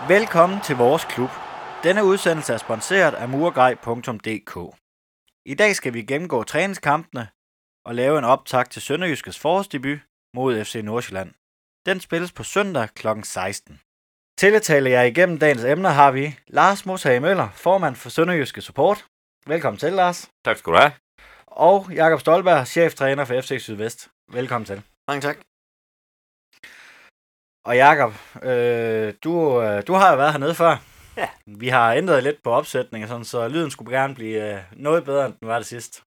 Velkommen til vores klub. Denne udsendelse er sponsoreret af murgrej.dk. I dag skal vi gennemgå træningskampene og lave en optakt til Sønderjyskes forårsdebut mod FC Nordsjælland. Den spilles på søndag kl. 16. Til at tale jer igennem dagens emner har vi Lars Moshage Møller, formand for Sønderjyske Support. Velkommen til, Lars. Tak skal du have. Og Jakob Stolberg, cheftræner for FC Sydvest. Velkommen til. Mange tak. Og Jakob, du har jo været hernede før. Ja. Vi har ændret lidt på opsætningen, sådan, så lyden skulle gerne blive noget bedre, end den var det sidste.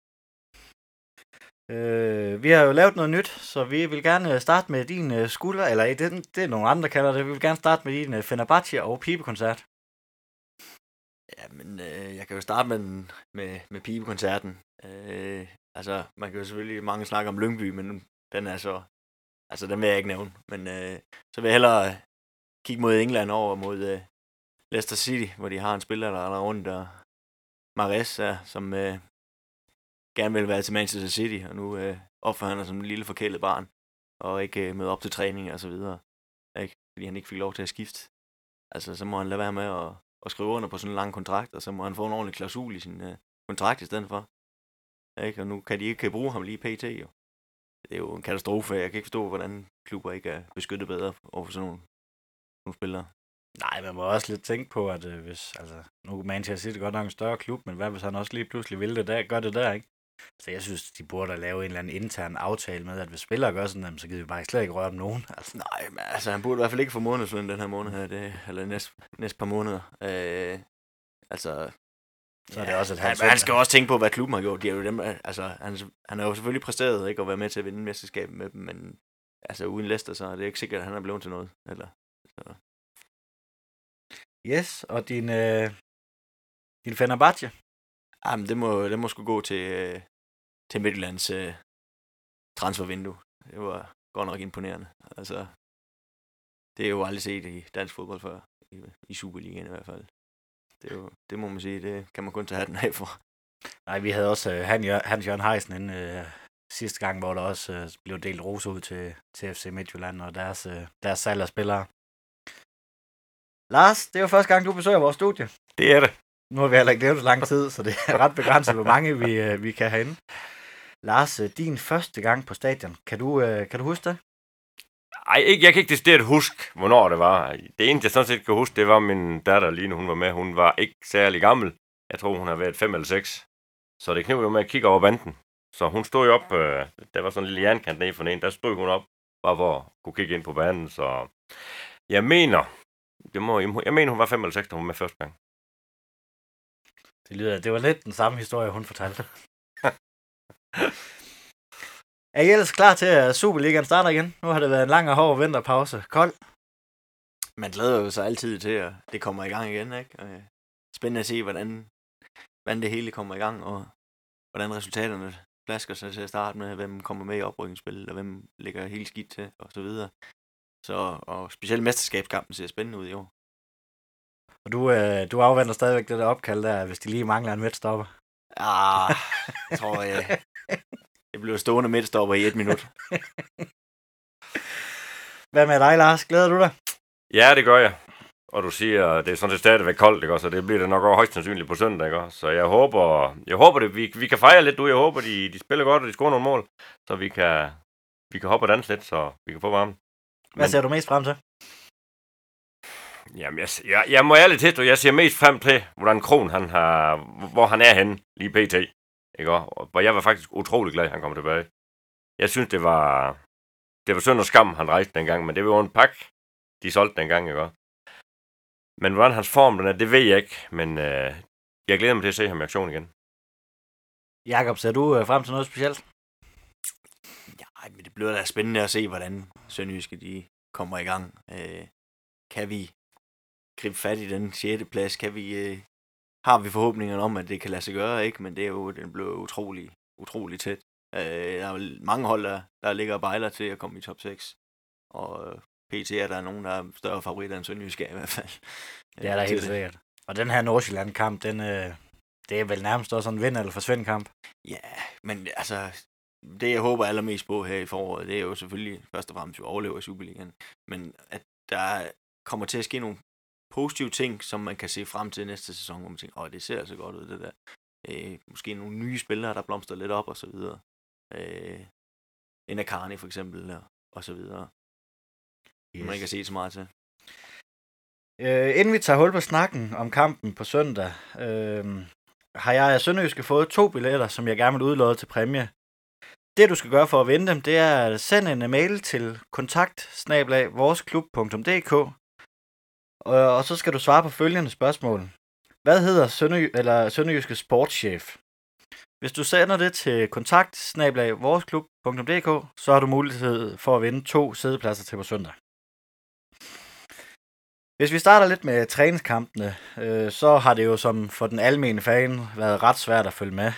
Vi har jo lavet noget nyt, så vi vil gerne starte med din skulder, eller det er nogle andre kalder det. Vi vil gerne starte med din Fenerbahce og pibekoncert. Ja, men jeg kan jo starte med pibekoncerten. Altså, man kan jo selvfølgelig mange snakke om Lyngby, men den er så... Altså, den vil jeg ikke nævne. Men så vil jeg hellere kigge mod England over mod Leicester City, hvor de har en spiller, der er rundt, og Mahrez, som gerne vil være til Manchester City, og nu opfører han sig som en lille forkælet barn, og ikke møder op til træning og så videre. Ikke? Fordi han ikke fik lov til at skifte. Altså, så må han lade være med at skrive under på sådan en lang kontrakt, og så må han få en ordentlig klausul i sin kontrakt i stedet for. Ikke? Og nu kan de ikke bruge ham lige pt. Jo. Det er jo en katastrofe. Jeg kan ikke forstå, hvordan klubber ikke er beskyttet bedre overfor sådan nogle spillere. Nej, man må også lidt tænke på, at hvis, altså, nu Manchester City godt nok en større klub, men hvad hvis han også lige pludselig vil det der, gør det der, ikke? Så jeg synes, de burde lave en eller anden intern aftale med, at hvis spillere gør sådan, så gider vi bare slet ikke røre om nogen. Altså. Nej, men altså, han burde i hvert fald ikke få månedsløn den her måned her, eller næste par måneder. Altså, så er det også et han skal også tænke på, hvad klubben har gjort. De er jo dem, altså, han har jo selvfølgelig præsteret ikke at være med til at vinde mesterskabet med dem, men altså, uden Leicester, så er det ikke sikkert, at han er blevet til noget. Eller, så. Yes, og din Fenerbahce? Jamen, det må sgu gå til Midtjyllands transfervindue. Det var godt nok imponerende. Altså, det er jo aldrig set i dansk fodbold før, i Superligaen i hvert fald. Det må man sige, det kan man kun tage hatten af for. Nej, vi havde også Hans-Jørgen Heisen inde sidste gang, hvor der også blev delt roser ud til FC Midtjylland og deres salg af spillere. Lars, det er jo første gang, du besøger vores studie. Det er det. Nu har vi heller ikke levet så lang tid, så det er ret begrænset, hvor mange vi kan have inde. Lars, din første gang på stadion, kan du huske det? Ej, jeg kan ikke decideret huske, hvornår det var. Det eneste, jeg sådan set kan huske, det var min datter, Line, hun var med. Hun var ikke særlig gammel. Jeg tror, hun har været 5 eller 6. Så det kneb jo med at kigge over banden. Så hun stod jo op, der var sådan en lille jernkant nede for den ene, der stod hun op, bare for at kunne kigge ind på banen. Så jeg mener, hun var 5 eller 6, da hun var med første gang. Det var lidt den samme historie, hun fortalte. Er I ellers klar til, at Superligaen starter igen? Nu har det været en lang og hård vinterpause. Kold. Man glæder jo sig altid til, at det kommer i gang igen, ikke? Spændende at se, hvordan det hele kommer i gang, og hvordan resultaterne flasker sig til at starte med, hvem kommer med i oprykningsspillet, og hvem ligger helt skidt til, og så videre. Og specielt mesterskabskampen ser spændende ud i år. Og du afventer stadigvæk det der opkald der, hvis de lige mangler en midtstopper. Jeg tror, det bliver stående midtstopper i 1 minut. Hvad med dig, Lars? Glæder du dig? Ja, det gør jeg. Og du siger, det er sådan set stadigvæk koldt, ikke? Så det bliver det nok også højst sandsynligt på søndag, ikke? Så jeg håber det, vi kan fejre lidt, jeg håber, de spiller godt, og de scorer nogle mål, så vi kan hoppe og danse lidt, så vi kan få varme. Hvad ser du mest frem til? Jamen, jeg må ærligt tilstå, jeg ser mest frem til, hvordan Kron hvor han er henne, lige pt. Ikke? Og jeg var faktisk utrolig glad, at han kom tilbage. Jeg synes, det var synd og skam, han rejste dengang, men det var jo en pakke, de solgte dengang, ikke? Men hvordan hans form den er, det ved jeg ikke, men jeg glæder mig til at se ham i aktion igen. Jakob, ser du frem til noget specielt? Ja, men det bliver da spændende at se, hvordan Sønderjyske de kommer i gang. Kan vi gribe fat i den 6. plads? Har vi forhåbninger om, at det kan lade sig gøre, ikke? Men den blev utrolig tæt. Der er mange hold, der ligger og bejler til at komme i top 6. Og pt. Er der nogen, der er større favoritter end Sønderjyske i hvert fald. Det er der helt sikkert. Og den her Nordsjælland-kamp, det er vel nærmest også en vind- eller forsvind-kamp. Ja, men altså, det jeg håber allermest på her i foråret, det er jo selvfølgelig først og fremmest, at vi overlever i Superligaen. Men at der kommer til at ske nogle positive ting, som man kan se frem til næste sæson, hvor man tænker, det ser altså godt ud, det der. Måske nogle nye spillere, der blomster lidt op, og så videre. En Akani for eksempel, og så videre. Yes. Man ikke kan se så meget til. Inden vi tager hul på snakken om kampen på søndag, har jeg af Sønderjyske fået 2 billetter, som jeg gerne vil udlåde til præmie. Det du skal gøre for at vinde dem, det er at sende en mail til kontakt@voresklub.dk, og så skal du svare på følgende spørgsmål. Hvad hedder Sønderjyske sportschef? Hvis du sender det til kontakt@voresklub.dk, så har du mulighed for at vinde 2 sædepladser til på søndag. Hvis vi starter lidt med træningskampene, så har det jo som for den almene fan været ret svært at følge med.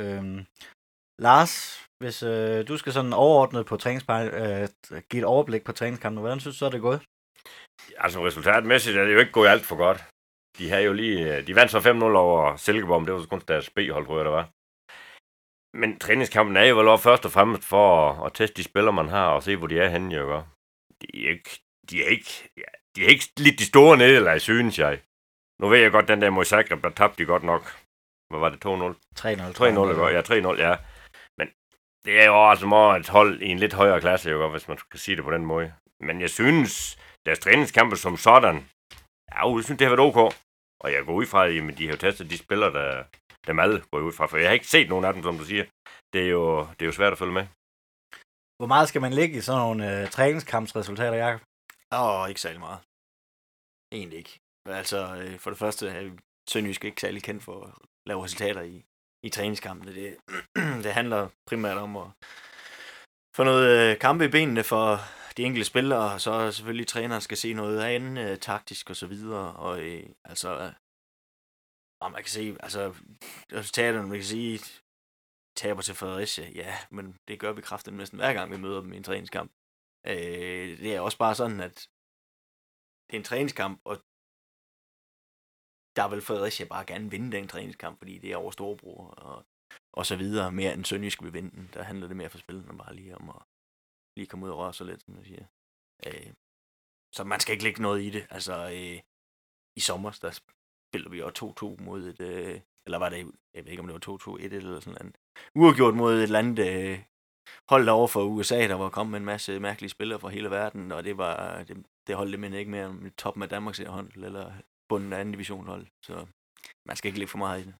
Lars, hvis du skal sådan overordnet på give et overblik på træningskampene, hvordan synes du så er det gået? Altså resultatmæssigt er det jo ikke gået alt for godt. De vandt så 5-0 over Silkeborg, men det var kun deres B-hold, tror jeg, der var. Men træningskampen er jo vel også først og fremmest for at teste de spillere, man har, og se, hvor de er henne, jo. De er ikke lidt de store nederlag, synes jeg. Nu ved jeg godt, den der mod Zagreb, der tabte de godt nok. Hvad var det, 2-0? 3-0, ja, 3-0, ja. Men det er jo altså meget et hold i en lidt højere klasse, jo, hvis man kan sige det på den måde. Men jeg synes, deres træningskampe som sådan, jeg synes, det har været ok. Og jeg går ud fra, at de har jo testet de spillere, der dem alle går ud fra. For jeg har ikke set nogen af dem, som du siger. Det er jo svært at følge med. Hvor meget skal man ligge i sådan nogle træningskampsresultater, Jacob? Ikke særlig meget. Egentlig ikke. Altså, for det første er Sønderjysk ikke særlig kendt for at lave resultater i træningskampene. Det handler primært om at få noget kampe i benene for de enkelte spillere, og så selvfølgelig træneren skal se noget andet taktisk og så videre. Og man kan se, resultaterne, man kan sige, taber til Fredericia, ja, men det gør vi kraftigt næsten hver gang, vi møder dem i en træningskamp. Det er også bare sådan, at det er en træningskamp, og der vil Fredericia bare gerne vinde den træningskamp, fordi det er over Storebro og så videre, mere end Sønderjysk vil vinde. Der handler det mere for spillerne bare lige om at lige komme ud og røre så lidt, som man siger. Så man skal ikke lægge noget i det. I sommer, der spiller vi jo 2-2 mod et, eller var det, jeg ved ikke om det var 2-2, 1 eller sådan noget, uafgjort mod et eller andet hold over for USA, der var kommet med en masse mærkelige spillere fra hele verden, og det var det holdt det ikke mere om toppen af Danmarks hånd, eller bunden af anden divisionshold, så man skal ikke lægge for meget i det.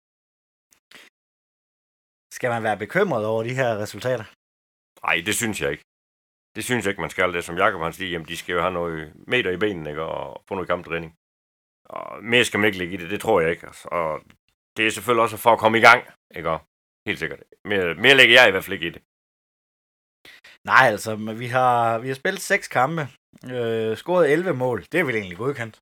Skal man være bekymret over de her resultater? Nej, det synes jeg ikke. Det synes jeg ikke, man skal. Det som Jakob han siger, jamen de skal jo have noget meter i benene, ikke? Og få noget kamptræning. Og mere skal man ikke lægge i det, det tror jeg ikke. Og det er selvfølgelig også for at komme i gang, ikke? Og helt sikkert. Mere lægger jeg i hvert fald ikke i det. Nej, vi har spillet 6 kampe, scoret 11 mål. Det er vel egentlig godkendt?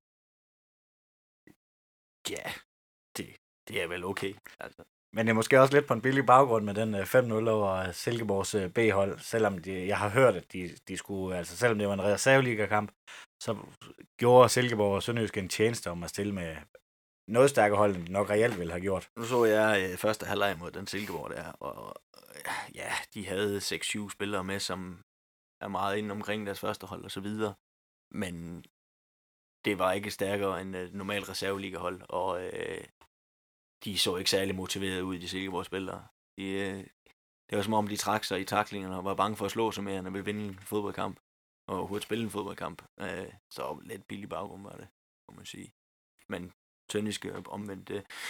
Ja, det er vel okay. Men det er måske også lidt på en billig baggrund med den 5-0 over Silkeborgs B-hold, selvom jeg har hørt, at de skulle, selvom det var en reserveliga-kamp, så gjorde Silkeborg og Sønderjysk en tjeneste om at stille med noget stærkere hold, end de nok reelt ville have gjort. Nu så jeg første halvleg mod den Silkeborg der, og ja, de havde 6-7 spillere med, som er meget inde omkring deres første hold og så videre, men det var ikke stærkere end et normalt reserveliga-hold, og de så ikke særlig motiveret ud, de Silkeborg-spillere. Det var som om, de trak sig i taklingerne og var bange for at slå sig mere, end at ville vinde en fodboldkamp, og overhovedet spille en fodboldkamp. Så lidt billig baggrund var det, må man sige. Men Sønderjyske omvendt,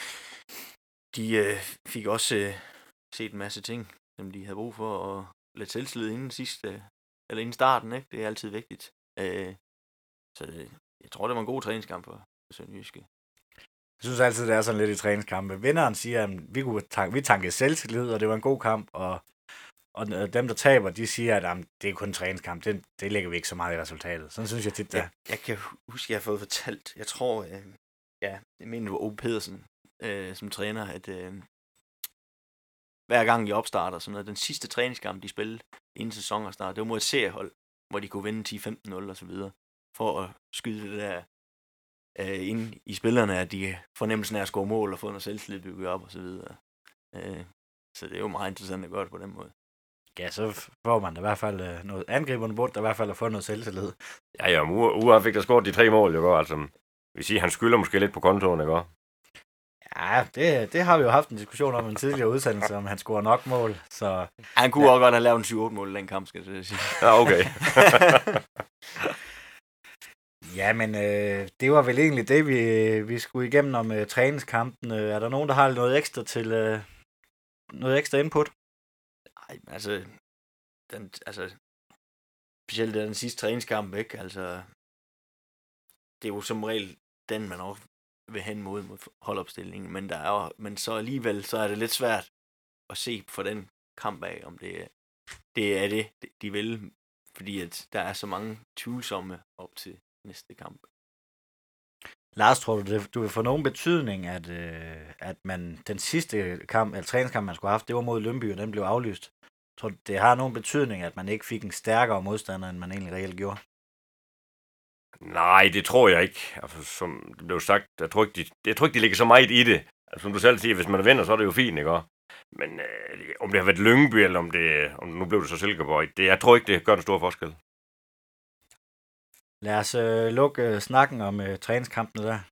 de fik også set en masse ting, som de havde brug for, og lidt selvtillid inden starten, ikke? Det er altid vigtigt. Så jeg tror, det var en god træningskamp for Sønderjyske. Jeg synes altid, det er sådan lidt i træningskampe. Vinderen siger, at vi tankede selvtillid, og det var en god kamp, og dem, der taber, de siger, at det er kun en træningskamp. Det lægger vi ikke så meget i resultatet. Sådan synes jeg tit, det er. Jeg kan huske, jeg har fået fortalt, jeg tror, jeg mener, det var Ove Pedersen, som træner, at hver gang I opstarter, sådan noget, den sidste træningskamp, de spillede inden sæsonen startede, det var mod et seriehold, hvor de kunne vinde 10-15-0 og så videre, for at skyde det der inde i spillerne, at de fornemmelsen af at score mål og få noget selvtillid bygget op og så videre. Så det er jo meget interessant at gøre det på den måde. Ja, så får man da i hvert fald noget angriberne bort, der i hvert fald har fået noget selvtillid. Ja, Uha fik der scoret de 3 mål, jo, vil sige, han skylder måske lidt på kontoen, ikke også? Ja, det har vi jo haft en diskussion om en tidligere udsendelse, om han scorer nok mål. Så Han kunne også godt have lavet en 7-8 mål i den kamp, skal jeg sige. Ja, okay. ja, men det var vel egentlig det, vi skulle igennem om træningskampen. Er der nogen, der har noget ekstra til noget ekstra input? Nej, altså, specielt den sidste træningskamp, ikke? Altså, det er jo som regel den, man også vil hen mod holdopstillingen, men så alligevel, så er det lidt svært at se for den kamp af, om det er det, de vil, fordi at der er så mange tvivlsomme op til næste kamp. Lars, tror du vil få nogen betydning, at man den sidste kamp, eller træningskamp, man skulle have haft, det var mod Lyngby, og den blev aflyst? Tror du, det har nogen betydning, at man ikke fik en stærkere modstander, end man egentlig reelt gjorde? Nej, det tror jeg ikke. Altså, som det blev sagt, jeg tror ikke, de ligger så meget i det. Altså, som du selv siger, hvis man vinder, så er det jo fint, ikke? Men om det har været Lyngby, eller om nu blev det så Silkeborg, jeg tror ikke, det gør en stor forskel. Lad os lukke snakken om træningskampene der.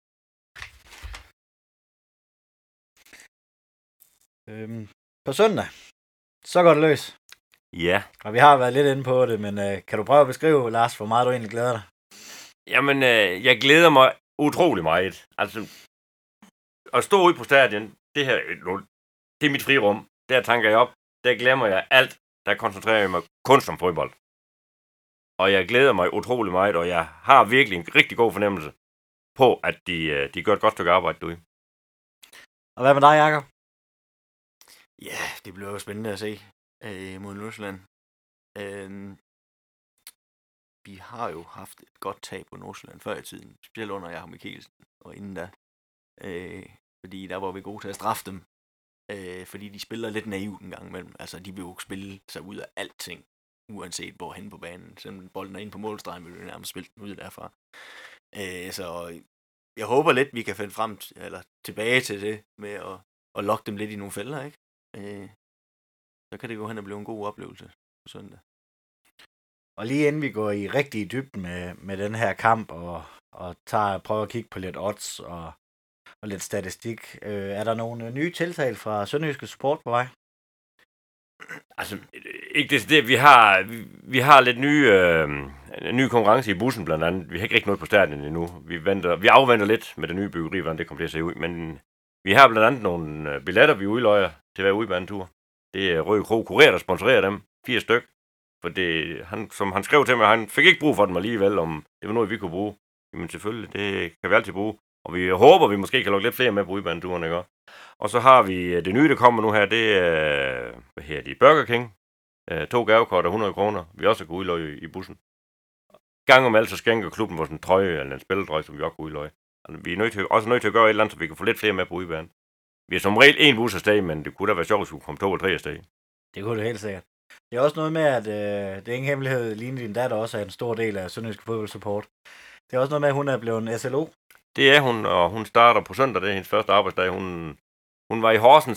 På søndag, så går det løs. Ja. Og vi har været lidt inde på det, men kan du prøve at beskrive, Lars, hvor meget du egentlig glæder dig? Jamen, jeg glæder mig utrolig meget. Altså, at stå ude på stadion, det er mit frirum. Der tanker jeg op. Der glemmer jeg alt. Der koncentrerer jeg mig kun om fodbold. Og jeg glæder mig utrolig meget, og jeg har virkelig en rigtig god fornemmelse på, at de gør et godt stykke arbejde derude. Og hvad med dig, Jakob? Ja, det bliver jo spændende at se mod Nordsjælland. Vi har jo haft et godt tag på Nordsjælland før i tiden, specielt under Jakob Mikkelsen og inden da. Fordi der var vi gode til at straffe dem, fordi de spiller lidt naivt en gang imellem. Altså, de vil jo spille sig ud af alting, uanset hvor hen på banen. Selvom bolden er inde på målstregen, vil vi nærmest spille den ud derfra. Så jeg håber lidt, vi kan finde frem eller tilbage til det med at lokke dem lidt i nogle fælder, ikke? Så kan det gå hen og blive en god oplevelse på søndag. Og lige inden vi går i rigtig dybden med den her kamp og prøver at kigge på lidt odds og lidt statistik, er der nogle nye tiltag fra Sønderjyske Support på vej? Altså, ikke det. Vi har lidt nye konkurrence i bussen blandt andet. Vi har ikke rigtig noget på stadion endnu. Vi afventer lidt med det nye byggeri, hvordan det kommer til at se ud. Men vi har blandt andet nogle billetter, vi udløjer til hver udbanetur. Det er Røde Kro Kurier, der sponsorerer dem. 4 styk. For som han skrev til mig, han fik ikke brug for dem alligevel, om det var noget, vi kunne bruge. Jamen selvfølgelig, det kan vi altid bruge. Og vi håber, vi måske kan lukke lidt flere med på udbaneturen, ikke? Og så har vi det nye, der kommer nu her, det er Burger King. 2 gavekort af 100 kroner. Vi også kan udløje i bussen. Gang om alt, så skænker klubben vores en trøje, eller en spilledrøje, som vi også kan udløje. Altså, vi er også nødt til at gøre et eller andet, så vi kan få lidt flere med på udbanen. Vi er som regel 1 bus afsted, men det kunne da være sjovt, hvis vi kunne komme 2 eller 3 afsted. Det kunne det helt sikkert. Det er også noget med, at det er ingen hemmelighed, Line, din datter også er en stor del af Sønderjyske Fodboldsupport. Det er også noget med, at hun er blevet en SLO. Det er hun, og hun starter på søndag, det er hendes første arbejdsdag. Hun var i Horsens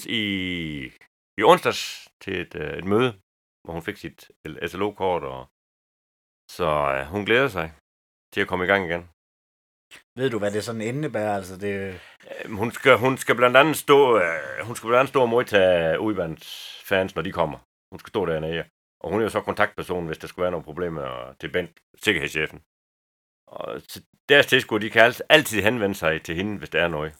i onsdags til et møde, hvor hun fik sit SLO-kort, og så hun glæder sig til at komme i gang igen. Ved du, hvad det sådan indebærer? Altså, det... Hun skal blandt andet stå og modtage udbandsfans, når de kommer. Hun skal stå dernede, og hun er jo så kontaktperson, hvis der skulle være nogle problemer til Bent, sikkerhedschefen. Og deres tilskuere, de kan altid henvende sig til hende, hvis der er noget.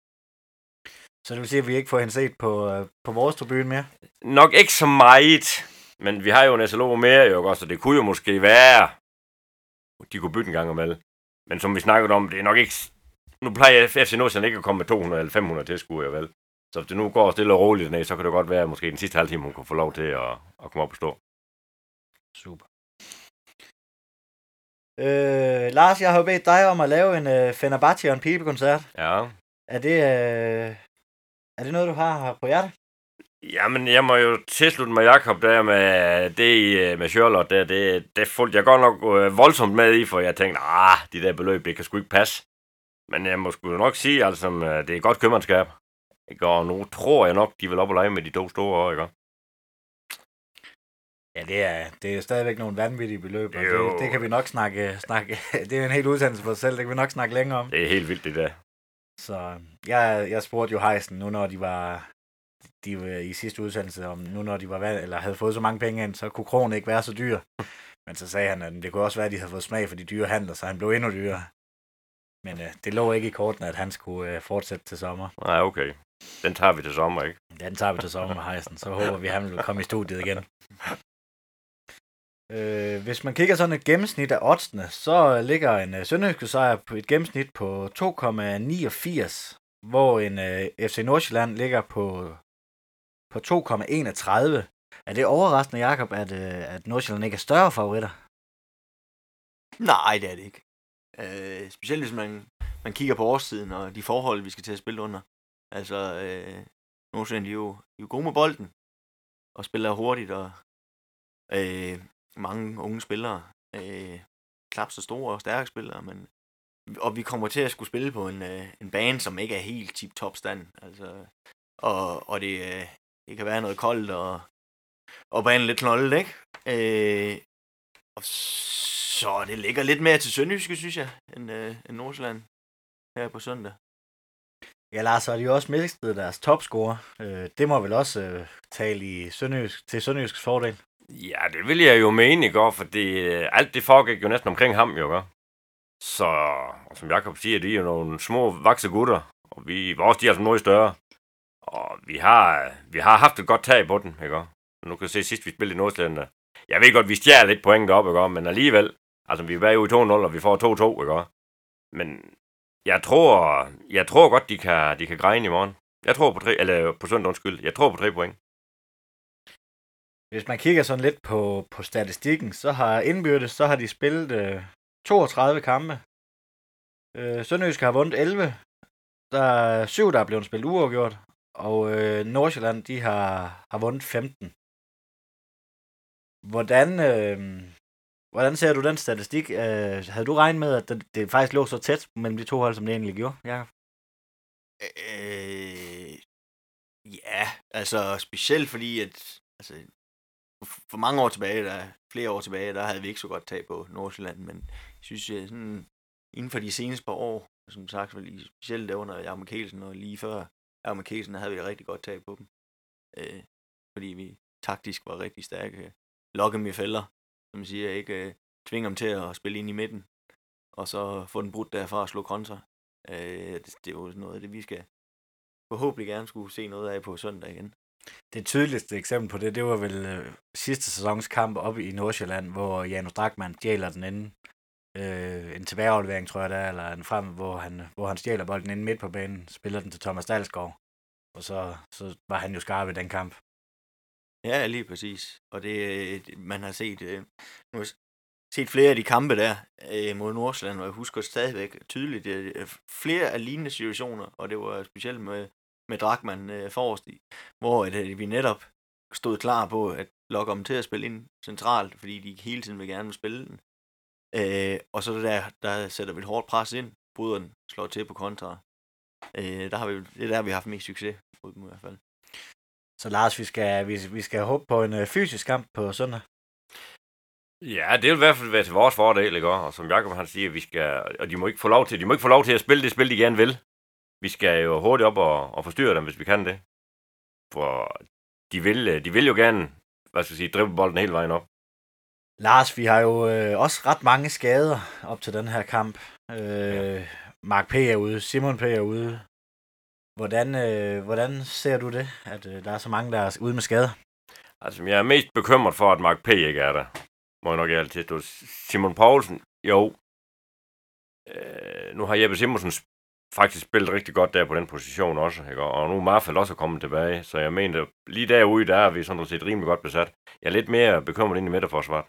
Så det vil sige, at vi ikke får hende set på vores tribune mere? Nok ikke så meget, men vi har jo en SLO mere, jo også, så det kunne jo måske være, de kunne bytte en gang om alle. Men som vi snakkede om, det er nok ikke... Nu plejer FC Nordsjælland ikke at komme med 200 eller 500 tilskuere, vel? Så hvis det nu går stille og roligt ned, så kan det godt være, at måske den sidste halve time, hun kan få lov til at komme op og stå. Super. Lars, jeg har jo bedt dig om at lave en Fenerbahce og en pibekoncert. Ja. Er det noget, du har på hjertet? Jamen, jeg må jo tilslutte mig Jakob der med det med Charlotte der. Det fulgte jeg godt nok voldsomt med i, for jeg tænkte, de der beløb, det kan sgu ikke passe. Men jeg må sgu nok sige, altså, det er godt købmandskab. Og nu tror jeg nok, de vil op og lege med de 2 store år, ikke? Ja, det er stadigvæk nogle vanvittige beløb, og Jo. det kan vi nok snakke. Det er en helt udsendelse for sig selv, det kan vi nok snakke længere om. Det er helt vildt, det der. Så jeg spurgte jo Heisen, nu når de var i sidste udsendelse, om nu når de var eller havde fået så mange penge ind, så kunne kronen ikke være så dyr. Men så sagde han, at det kunne også være, at de havde fået smag for de dyre handler, så han blev endnu dyrere. Men det lå ikke i kortene, at han skulle fortsætte til sommer. Nej, okay. Den tager vi til sommer, ikke? Den tager vi til sommer med Heisen, så håber vi, at han vil komme i studiet igen. Hvis man kigger sådan et gennemsnit af oddsene, så ligger en sønderjyske sejr på et gennemsnit på 2,89, hvor en FC Nordsjælland ligger på 2,31. Er det overraskende, Jakob, at Nordsjælland ikke er større favoritter? Nej, det er det ikke. Specielt hvis man kigger på årstiden og de forhold, vi skal til at spille under. Altså, Nordsjælland de er jo gode med bolden og spiller hurtigt, og mange unge spillere. Knap så store og stærke spillere, og vi kommer til at skulle spille på en bane, som ikke er helt tip-top stand. Altså, og det kan være noget koldt, og banen lidt knoldet, ikke? Og så det ligger lidt mere til sønderjyske, synes jeg, end Nordsjælland her på søndag. Ja, Lars, har de jo også mistet deres topscorer. Det må vel også tale til sønderjyskes fordel. Ja, det vil jeg jo mene, ikke? Fordi alt det foregik jo næsten omkring ham, jo. Så, og som Jakob siger, de er jo nogle små vakse gutter, og vores de er altså noget større. Og vi har haft et godt tag på den, ikke? Nu kan du se, sidst vi spillede i Nordsjælland, jeg ved godt, vi stjæler lidt point deroppe, ikke? Men alligevel, altså vi er bagud i 2-0, og vi får 2-2, ikke? Men jeg tror godt, de kan greje i morgen. Jeg tror på søndag, undskyld. Jeg tror på 3 point. Hvis man kigger sådan lidt på statistikken, så har de spillet 32 kampe. Sønderjysk har vundet 11. Der er 7, der er blevet spillet uafgjort. Og Nordsjælland, de har vundet 15. Hvordan ser du den statistik? Havde du regnet med, at det faktisk lå så tæt mellem de to hold, som det egentlig gjorde, Jakob? Ja, altså specielt fordi, at altså, for mange år tilbage, flere år tilbage, der havde vi ikke så godt tag på Nordsjælland, men jeg synes, sådan, inden for de seneste par år, som sagt, specielt der under Jakob Mikkelsen, og lige før Jakob Mikkelsen, havde vi rigtig godt tag på dem. Fordi vi taktisk var rigtig stærke. Lokke dem i fælder, som siger, ikke tvinge dem til at spille ind i midten, og så få den brudt derfra og slå kontra. Det er jo noget af det, vi skal forhåbentlig gerne skulle se noget af på søndag igen. Det tydeligste eksempel på det var vel sidste sæsons kamp oppe i Nordsjælland, hvor Janus Drachmann stjæler den inde. En tilbageaflevering, tror jeg der, eller en frem, hvor han stjæler bolden inde midt på banen, spiller den til Thomas Dalsgaard, og så var han jo skarp i den kamp. Ja, lige præcis. Og man har set flere af de kampe der mod Nordsjælland, og jeg husker stadigvæk tydeligt flere af lignende situationer, og det var specielt med Drachmann forrest i, hvor vi netop stod klar på at lokke dem til at spille ind centralt, fordi de hele tiden vil gerne spille den. Og så der sætter vi et hårdt pres ind, bryder den, slår til på kontra. Det er der, vi har haft mest succes på dem i hvert fald. Så Lars, vi skal håbe på en fysisk kamp på søndag. Ja, det vil i hvert fald være til vores fordel, ikke? Og som Jakob han siger, og de må ikke få lov til at spille det spil, de gerne vil. Vi skal jo hurtigt op og forstyrre dem, hvis vi kan det. For de vil jo gerne, drible bolden hele vejen op. Lars, vi har jo også ret mange skader op til den her kamp. Mark P. er ude, Simon P. er ude. Hvordan ser du det, at der er så mange, der er ude med skader? Altså, jeg er mest bekymret for, at Mark P. ikke er der. Må jeg nok altid stå. Simon Poulsen, jo. Nu har Jeppe Simonsen faktisk spillet rigtig godt der på den position også, ikke? Og nu er Marfald også kommet tilbage, så jeg mener, lige derude, der er vi sådan set rimelig godt besat. Jeg er lidt mere bekymret ind i midterforsvaret.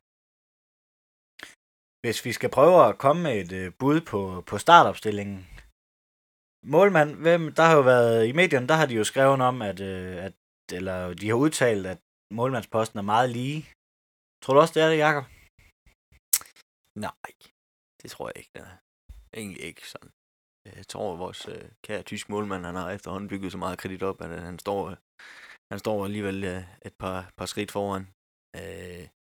Hvis vi skal prøve at komme med et bud på startopstillingen. Målmand, der har jo været i medierne, der har de jo skrevet om, eller de har udtalt, at målmandsposten er meget lige. Tror du også, det er det, Jakob? Nej, det tror jeg ikke, det er. Egentlig ikke sådan. Jeg tror, at vores kære tysk målmand, han har efterhånden bygget så meget kredit op, at han står alligevel et par skridt foran.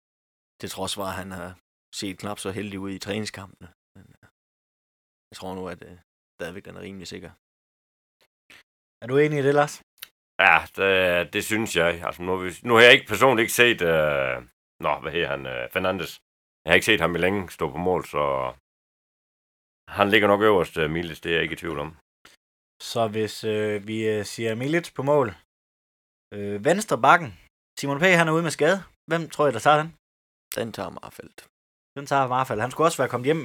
Det trods for, at han har set knap så heldig ud i træningskampene. Men jeg tror nu, at stadigvæk den er rimelig sikker. Er du enig i det, Lars? Ja, det synes jeg. Altså, nu har jeg ikke personligt ikke set... hvad hedder han? Fernandes. Jeg har ikke set ham i længe stå på mål, så... Han ligger nok øverst, Milic, det er jeg ikke i tvivl om. Så hvis vi siger Milic på mål. Venstre bakken. Simon P. han er ude med skade. Hvem tror jeg, der tager den? Den tager Marfeldt. Den tager Marfeldt. Han skulle også være kommet hjem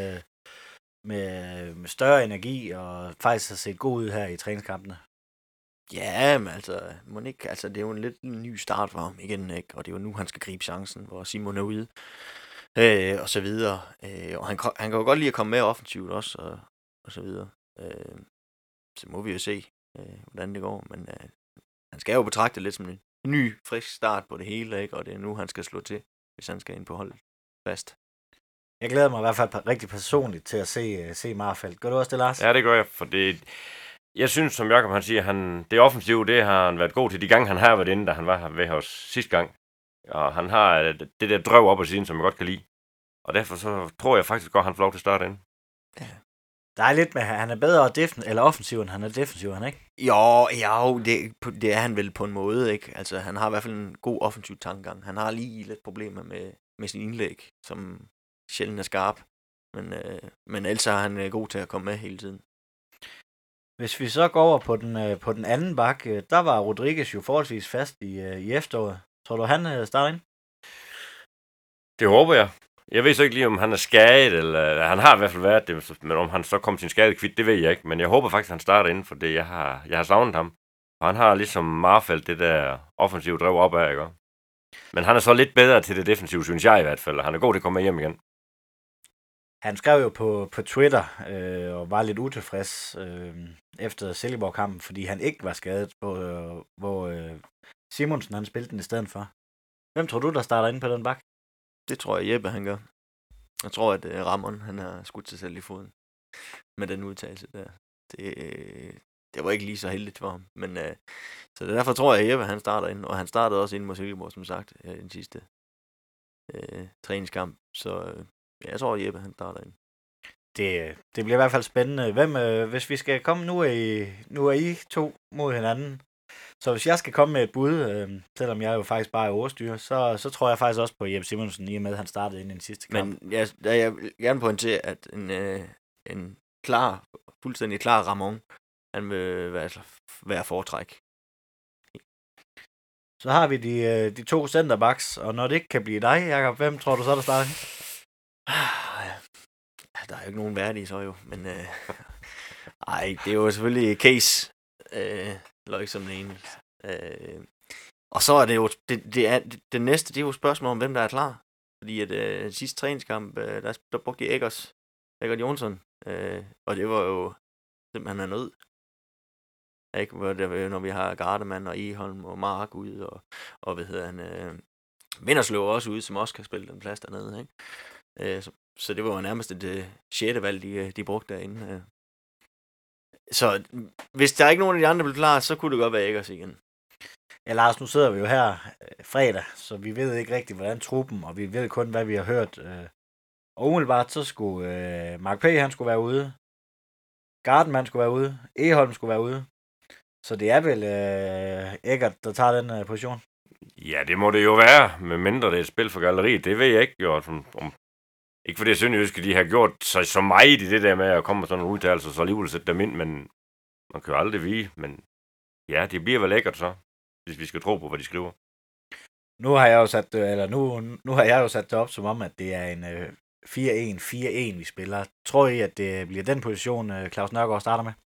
med større energi, og faktisk har set god ud her i træningskampene. Ja, men altså, det er jo en lidt ny start for ham igen, ikke? Og det er jo nu, han skal gribe chancen, hvor Simon er ude, og så videre. Og han kan jo godt lide at komme med offensivt også, og så videre. Så må vi jo se, hvordan det går, men han skal jo betragte lidt som en ny, frisk start på det hele, ikke? Og det er nu, han skal slå til, hvis han skal ind på holdet fast. Jeg glæder mig i hvert fald rigtig personligt til at se Marfeldt. Gør du også det, Lars? Ja, det gør jeg, for jeg synes, som Jakob han siger, det offensive, det har han været god til de gange, han har været inde, da han var her ved os sidste gang. Og han har det der drøv op ad siden, som jeg godt kan lide. Og derfor så tror jeg faktisk godt, han får lov til at starte ind. Ja. Der er lidt med, han er bedre eller offensiv, end han er defensiv, han ikke? Jo, det er han vel på en måde, ikke? Altså, han har i hvert fald en god offensiv tankegang. Han har lige lidt problemer med sin indlæg, som sjældent er skarp. Men ellers er han god til at komme med hele tiden. Hvis vi så går over på den anden bak, der var Rodriguez jo forholdsvis fast i efteråret. Tror du, han starter ind? Det håber jeg. Jeg ved så ikke lige, om han er skadet, eller han har i hvert fald været det, men om han så kom til en skade kvidt, det ved jeg ikke. Men jeg håber faktisk, at han starter ind, for det jeg har savnet ham. Og han har ligesom Marfeldt det der offensive drev op af, ikke? Men han er så lidt bedre til det defensive, synes jeg i hvert fald, og han er god til at komme med hjem igen. Han skrev jo på Twitter og var lidt utilfreds efter Silkeborg-kampen, fordi han ikke var skadet, hvor Simonsen han spillede den i stedet for. Hvem tror du, der starter ind på den bak? Det tror jeg, Jeppe han gør. Jeg tror, at Ramon han har skudt sig selv i foden med den udtalelse der. Det var ikke lige så heldigt for ham. Men, så derfor tror jeg, at Jeppe han starter ind, og han startede også ind mod Silkeborg, som sagt, i den sidste træningskamp. Så jeg tror, at Jeppe han starter ind. Det bliver i hvert fald spændende. Hvis vi skal komme nu er I to mod hinanden. Så hvis jeg skal komme med et bud, selvom jeg jo faktisk bare er overstyr, så tror jeg faktisk også på Jeppe Simonsen, i og med, at han startede ind i den sidste kamp. Men jeg vil gerne pointere, at en fuldstændig klar Ramon, han vil være foretræk. Så har vi de to centerbacks, og når det ikke kan blive dig, Jakob, hvem tror du så, der starter? Der er jo ikke nogen værdige så jo, men det er jo selvfølgelig Case, løg som den ene. Og så er det jo, det næste, det er jo spørgsmål om, hvem der er klar. Fordi at sidste træningskamp, der brugte de Eggert Jonsson, og det var jo simpelthen en nød. Ikke? Når vi har Gardemann og Eholm og Mark ude, og hvad hedder han, Vindersløv også ude, som også kan spille den plads dernede. Ikke? Så det var jo nærmest et 6. valg, de brugte derinde. Så hvis der er ikke nogen af de andre, der bliver klar, så kunne det godt være Eggers igen. Ja, Lars, nu sidder vi jo her fredag, så vi ved ikke rigtig, hvordan truppen, og vi ved kun, hvad vi har hørt. Og umiddelbart, så skulle Mark P. han skulle være ude. Gardenman skulle være ude. Eholm skulle være ude. Så det er vel Eggert, der tager den position? Ja, det må det jo være, med mindre det er et spil for galleriet. Det ved jeg ikke, jo. Ikke fordi Sønderjyske, de har gjort sig så meget i det der med at komme med sådan nogle udtalelser, så alligevel sætte dem ind, men man kan jo aldrig vide. Men ja, det bliver vel lækkert så, hvis vi skal tro på, hvad de skriver. Nu har jeg jo sat det op som om, at det er en 4-1-4-1, vi spiller. Tror I, at det bliver den position, Claus Nørgaard starter med?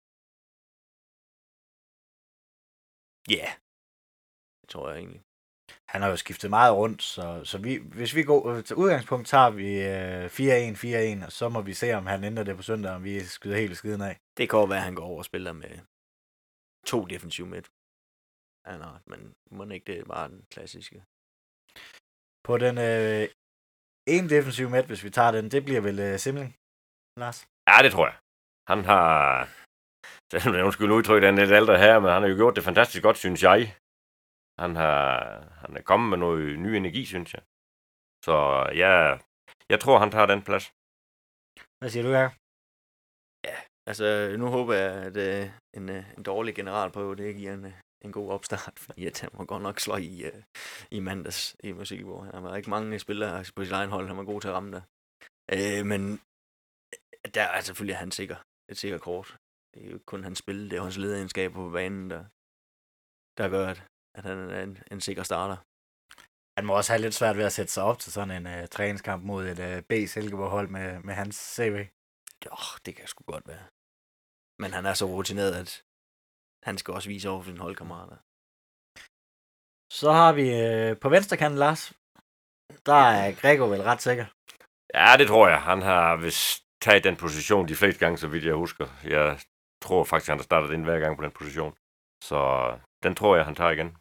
Ja, det tror jeg egentlig. Han har jo skiftet meget rundt, så hvis vi går til udgangspunkt, tager vi 4-1-4-1, og så må vi se, om han ændrer det på søndag, om vi skyder helt skiden af. Det kan jo være, at han går over og spiller med 2 defensive midt. Men må ikke det er bare den klassiske. På den ene defensive midt, hvis vi tager den, det bliver vel Simling, Lars? Ja, det tror jeg. Han har, undskyld udtryk, han er lidt ældre her, men han har jo gjort det fantastisk godt, synes jeg. Han er kommet med noget ny energi, synes jeg. Så jeg tror, han tager den plads. Hvad siger du, Jacob? Altså, nu håber jeg, at en dårlig generalprøve, det giver en god opstart, fordi han var godt nok slå i mandags i Silkeborg. Der var ikke mange spillere på sit egen hold, han var god til at ramme der. Men der er selvfølgelig et sikker kort. Det er jo ikke kun hans spil, det er hans lederegenskaber på banen, der gør, at han er en sikker starter. Han må også have lidt svært ved at sætte sig op til sådan en træningskamp mod et B-Silkeborg-hold med hans CV. Det kan sgu godt være. Men han er så rutineret, at han skal også vise over for sine holdkammerater. Så har vi på venstrekanten, Lars. Der er Gregor vel ret sikker. Ja, det tror jeg. Han har vist taget den position de fleste gange, så vidt jeg husker. Jeg tror faktisk, han har startet ind hver gang på den position. Så den tror jeg, han tager igen.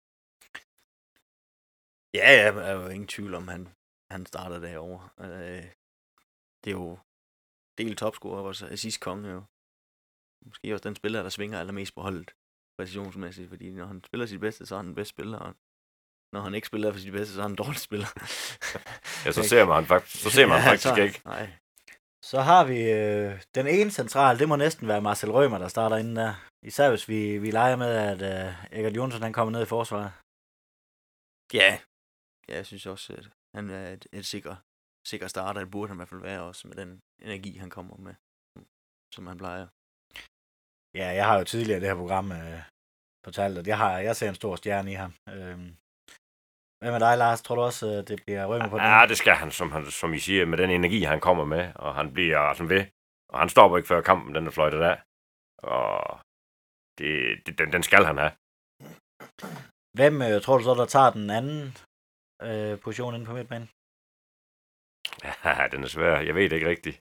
Ja, der er jo ingen tvivl om, han starter derovre. Det er jo del topscorer, vores assist-konge jo. Måske også den spiller, der svinger allermest på holdet, præcisionsmæssigt, fordi når han spiller sit bedste, så er han den bedste spiller, og når han ikke spiller for sit bedste, så er han en dårlig spiller. Ja, så ser man faktisk ikke. Nej. Så har vi den ene central, det må næsten være Marcel Rømer, der starter inden der. Især hvis vi leger med, at Egert Jonsson han kommer ned i forsvaret. Ja, jeg synes også, at han er et sikker starter. Det burde han i hvert fald være også med den energi, han kommer med, som han plejer. Ja, jeg har jo tidligere i det her program fortalt, at jeg ser en stor stjerne i ham. Hvad med dig, Lars? Tror du også, det bliver Rømer på den? Ja, det skal han, som I siger, med den energi, han kommer med, og han bliver sådan ved. Og han stopper ikke før kampen, den er fløjtet af. Og den skal han have. Hvem tror du så, der tager den anden position inde på midtbanen? Ja, den er svær. Jeg ved det ikke rigtigt.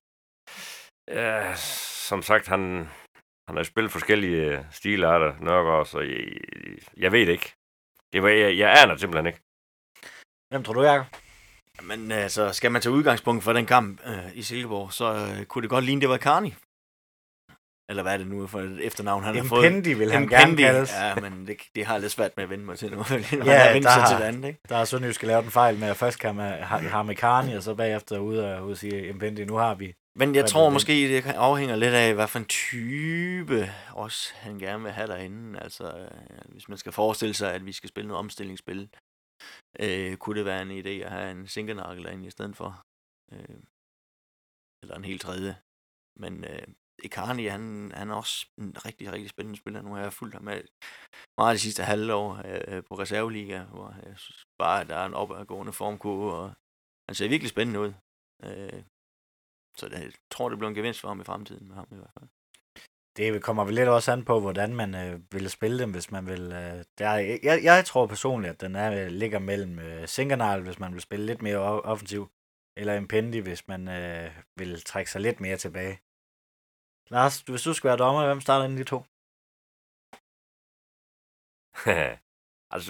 Som sagt, han har spillet forskellige stilarter, Nørgaard, så jeg ved det ikke. Jeg aner simpelthen ikke. Hvem tror du, Jacob? Men altså, skal man tage udgangspunkt for den kamp i Silkeborg, så kunne det godt ligne, det var Carney. Eller hvad er det nu for et efternavn, han har fået? Impendi vil han gerne kaldes. Ja, men det har jeg lidt svært med at vende mig til nu. Ja, der er Sønderjyske lavet en fejl med, at først kan man have med Carney, og så bagefter ud og sige Impendi, nu har vi. Men jeg tror måske, det afhænger lidt af, hvad for en type også han gerne vil have derinde. Altså, hvis man skal forestille sig, at vi skal spille noget omstillingsspil, kunne det være en idé at have en Sinkernagel derinde i stedet for. Eller en helt tredje. Men Icarni, han er også en rigtig, rigtig spændende spiller. Nu har jeg fulgt ham med meget de sidste halvår på reserveliga, hvor jeg synes bare, at der er en opadgående formkurve, og han ser virkelig spændende ud. Så jeg tror, det bliver en gevinst for ham i fremtiden med ham i hvert fald. Det kommer vel lidt også an på, hvordan man vil spille dem, hvis man vil. Jeg tror personligt, at den ligger mellem Sinkernagel, hvis man vil spille lidt mere offensiv, eller Impendi, hvis man vil trække sig lidt mere tilbage. Lars, hvis du skal være dommer, hvem starter inden de to? Altså,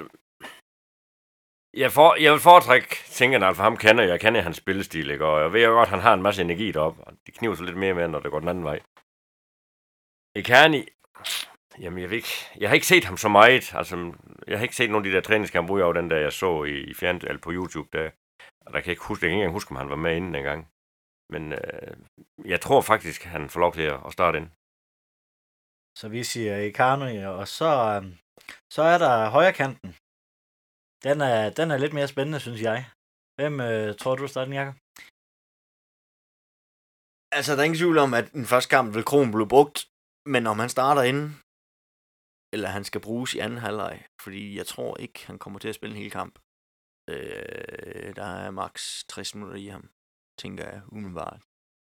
jeg vil foretrække Sinkernagel, for ham kender jeg kender hans spillestil, ikke? Og jeg ved jo godt, at han har en masse energi deroppe, og det kniver sig lidt mere med, når det går den anden vej. Icarni, jamen jeg har ikke set ham så meget, altså jeg har ikke set nogen af de der træningskampe ud af den der jeg så i fjern eller på YouTube der, og jeg kan ikke engang huske, om han var med inden dengang. Men jeg tror faktisk, han får lov til at starte ind. Så vi siger Icarni, og så er der højrekanten. Den er lidt mere spændende, synes jeg. Hvem tror du starter den, Jacob? Altså, der er ingen tvivl om, at den første kamp vil Kron blive brugt, men om han starter inden, eller han skal bruges i anden halvleg, fordi jeg tror ikke, han kommer til at spille en hel kamp. Der er maks 60 minutter i ham, tænker jeg umiddelbart.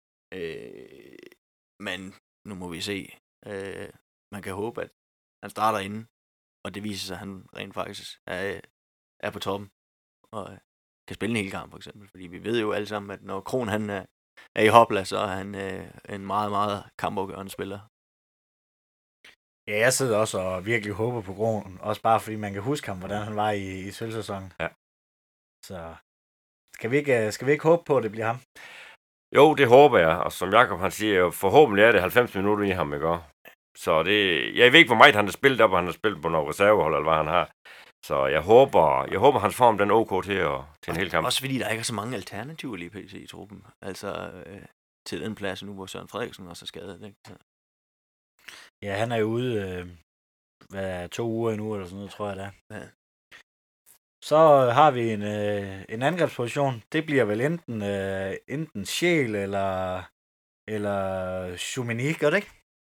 Men nu må vi se. Man kan håbe, at han starter inden, og det viser sig, at han rent faktisk er på toppen, og kan spille en hel kamp, for eksempel. Fordi vi ved jo alle sammen, at når Kron han er i hopla, så er han en meget, meget kampafgørende spiller. Ja, jeg sidder også og virkelig håber på Kron, også bare fordi man kan huske ham, hvordan han var i sølvsæsonen. Ja. Så skal vi ikke håbe på, at det bliver ham? Jo, det håber jeg, og som Jakob han siger, forhåbentlig er det 90 minutter i ham, ikke? Så jeg ved ikke, hvor meget han har spillet op, og han har spillet på noget reservehold, eller hvad han har. Så jeg håber hans form den er ok til en hel kamp. Også fordi der ikke er så mange alternativer lige pt. I truppen. Altså til den plads nu, hvor Søren Frederiksen også er skadet. Ikke? Så. Ja, han er jo ude 2 uger endnu, eller sådan noget, tror jeg det er. Ja. Så har vi en angrebsposition. Det bliver vel enten Sjæl eller Chouameni, gør det ikke?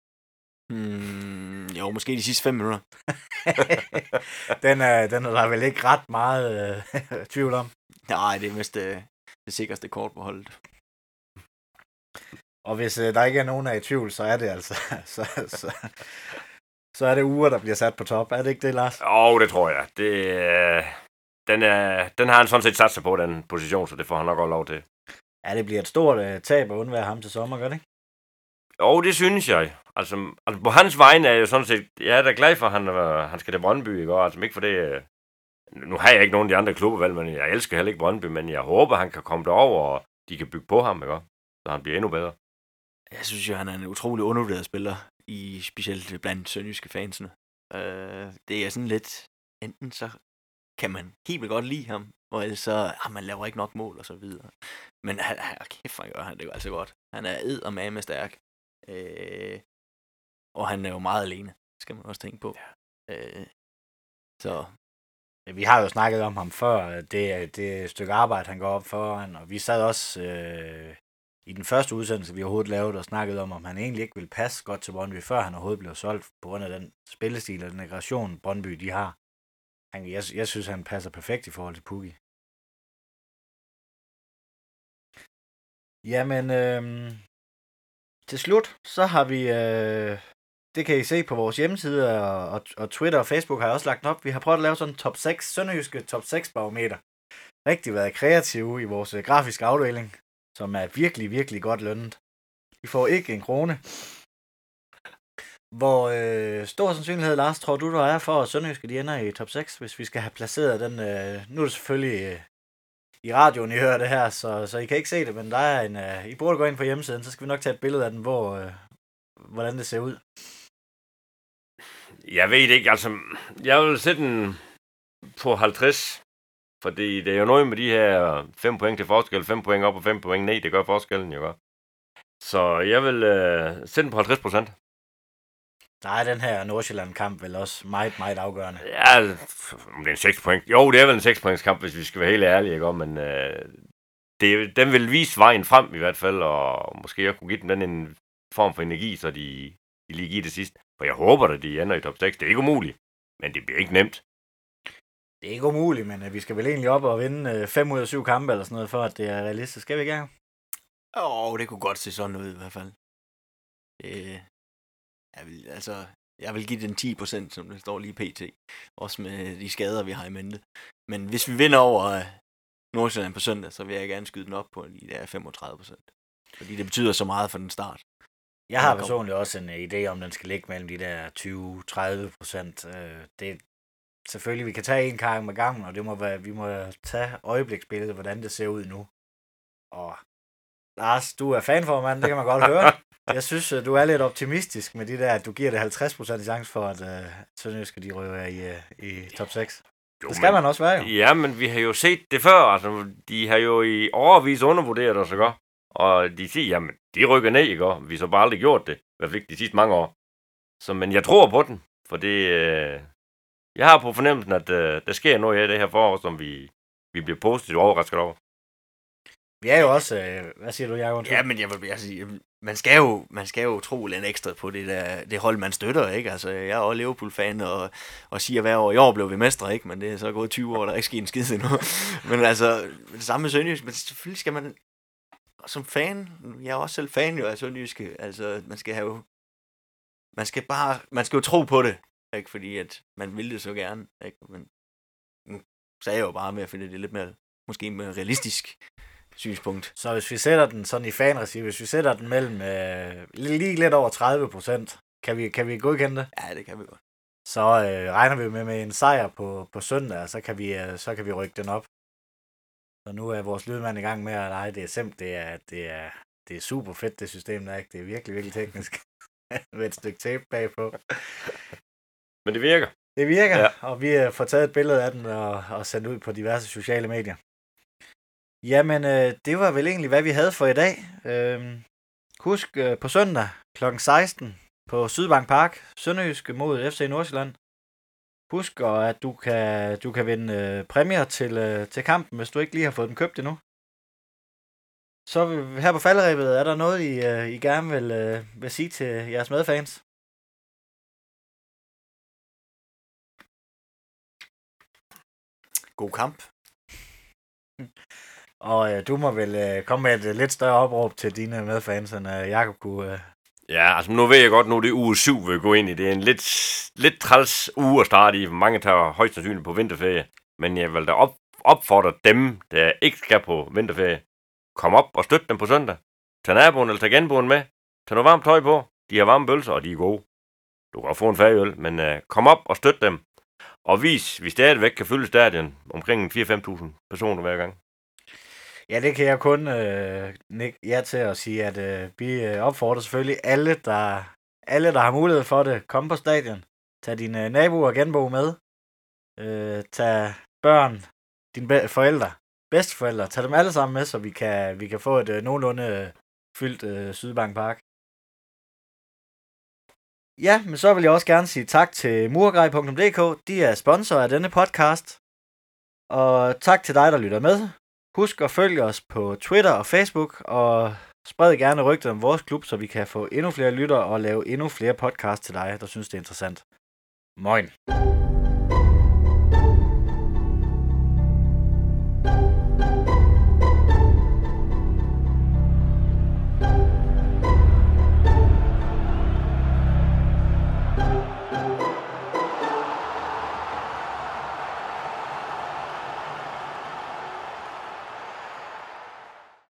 Jo, måske de sidste 5 minutter. den er der vel ikke ret meget tvivl om. Nej, det er mest det sikreste kort på holdet. Og hvis der ikke er nogen, der er i tvivl, så er det altså så er det Uger, der bliver sat på top. Er det ikke det, Lars? Det tror jeg. Den har han sådan set sat sig på, den position, så det får han nok også lov til. Ja, det bliver et stort tab at undvære ham til sommer, gør det ikke? Det synes jeg. Altså på hans vegne er jeg jo sådan set, jeg er da glad for, at han skal til Brøndby, ikke? Altså ikke for det, nu har jeg ikke nogen af de andre klubber, vel, men jeg elsker heller ikke Brøndby, men jeg håber, han kan komme derover, og de kan bygge på ham, ikke? Så han bliver endnu bedre. Jeg synes jo, han er en utrolig undervurderet spiller, specielt blandt sønderjyske fansene. Det er sådan lidt, enten så kan man helt vildt godt lide ham, og ellers så, man laver ikke nok mål og så videre. Men kæft, han gør han det jo altså godt. Han er eddermame stærk. Og han er jo meget alene, skal man også tænke på. Så. Vi har jo snakket om ham før, det stykke arbejde, han går op foran, og vi sad også i den første udsendelse, vi overhovedet lavede, og snakkede om han egentlig ikke ville passe godt til Brøndby, før han overhovedet blev solgt, på grund af den spillestil og den aggression, Brøndby de har. Jeg synes, han passer perfekt i forhold til Pukki. Jamen, til slut, så har vi, det kan I se på vores hjemmeside, og Twitter og Facebook har jeg også lagt op. Vi har prøvet at lave sådan en top 6, sønderjyske top 6 barometer. Rigtig været kreative i vores grafiske afdeling, som er virkelig, virkelig godt lønnet. Vi får ikke 1 krone. Hvor stor sandsynlighed, Lars, tror du, der er for, at sønderjyske de ender i top 6, hvis vi skal have placeret den? Nu er det selvfølgelig i radioen, I hører det her, så I kan ikke se det, men der er I burde gå ind på hjemmesiden, så skal vi nok tage et billede af den, hvordan det ser ud. Jeg ved ikke, altså, jeg vil sætte den på 50, fordi det er jo noget med de her 5 point til forskel, 5 point op og 5 point ned, det gør forskellen jo godt. Så jeg vil sætte den på 50%. Der er den her Nordsjælland-kamp vel også meget, meget afgørende. Ja, om det er en 6 point. Jo, det er vel en 6 points kamp, hvis vi skal være helt ærlige, ikke? Men den vil vise vejen frem i hvert fald, og måske jeg kunne give den en form for energi, så de lige giver det sidste. For jeg håber, at de ender i top 6. Det er ikke umuligt, men det bliver ikke nemt. Det er ikke umuligt, men vi skal vel egentlig op og vinde 5 ud af 7 kampe eller sådan noget, for at det er realistisk. Skal vi ikke? Det kunne godt se sådan ud i hvert fald. Jeg vil give den 10%, som det står lige pt. Også med de skader, vi har i mente. Men hvis vi vinder over Nordsjælland på søndag, så vil jeg gerne skyde den op på de der 35%. Fordi det betyder så meget for den start. Jeg har personligt også en idé om, den skal ligge mellem de der 20-30%. Det selvfølgelig, vi kan tage en kamp med gangen, og det må være, vi må tage øjebliksbilledet, hvordan det ser ud nu. Og Lars, du er fanformand, det kan man godt høre. Jeg synes, du er lidt optimistisk med de der, at du giver det 50% chance for, at sønderjyske de ryger i top 6. Jo, det skal man også være, jo. Ja, men vi har jo set det før. Altså, de har jo i overvis undervurderet os, ikke? Og de siger, jamen, de rykker ned, ikke? Vi så bare aldrig gjort det. I hvert fald ikke de sidste mange år. Så, men jeg tror på den, for det... jeg har på fornemmelsen, at der sker noget af det her forår, som vi bliver positivt overrasket over. Vi er jo også... hvad siger du, Jacob? Ja, men jeg sige, man skal jo tro lidt ekstra på det hold, man støtter, ikke? Altså, jeg er også Liverpool-fan, og siger hver år, i år blev vi mestre, ikke? Men det er så gået 20 år, der er ikke sket en skid endnu. Men altså, det samme med Sønderjysk, men selvfølgelig skal man, som fan, jeg er også selv fan jo af Sønderjyske, altså, man skal jo tro på det, ikke? Fordi at man vil det så gerne, ikke? Men nu sagde jeg jo bare med at finde det lidt mere, måske mere realistisk synspunkt. Så hvis vi sætter den sådan i fanregi, hvis vi sætter den mellem lige lidt over 30%, kan vi godkende det? Ja, det kan vi godt. Så regner vi med en sejr på søndag, og så kan vi rykke den op. Så nu er vores lydmand i gang med at lege, det er simpelt, det er super fedt, det system der, ikke? Det er virkelig, virkelig teknisk. Med et stykke tape bagpå. Men det virker. Det virker, Ja. og vi får taget et billede af den og sendt ud på diverse sociale medier. Jamen, det var vel egentlig, hvad vi havde for i dag. Husk på søndag kl. 16 på Sydbank Park, Sønderjyske mod FC Nordsjælland. Husk, at du kan vinde præmier til kampen, hvis du ikke lige har fået dem købt endnu. Så her på falderebet, er der noget, I gerne vil sige til jeres medfans? God kamp. Og du må vel komme med et lidt større opråb til dine medfans, end Jakob kunne... Ja, altså nu ved jeg godt, nu det er uge 7, vi går ind i. Det er en lidt træls uge at starte i. Mange tager højst sandsynligt på vinterferie. Men jeg vil da opfordre dem, der ikke skal på vinterferie. Kom op og støt dem på søndag. Tag naboen eller tag genboen med. Tag noget varmt tøj på. De har varme bølser, og de er gode. Du kan få en færøl, men kom op og støt dem. Og vi stadigvæk kan fylde stadion omkring 4-5.000 personer hver gang. Ja, det kan jeg kun nikke ja til at sige, at vi opfordrer selvfølgelig alle, der har mulighed for det, komme på stadion. Tag dine naboer og genbo med. Tag børn, dine forældre, bedsteforældre, tag dem alle sammen med, så vi kan få et nogenlunde fyldt Sydbank Park. Ja, men så vil jeg også gerne sige tak til murgrej.dk. De er sponsor af denne podcast. Og tak til dig, der lytter med. Husk at følge os på Twitter og Facebook, og spred gerne rygter om vores klub, så vi kan få endnu flere lyttere og lave endnu flere podcasts til dig, der synes det er interessant. Moin.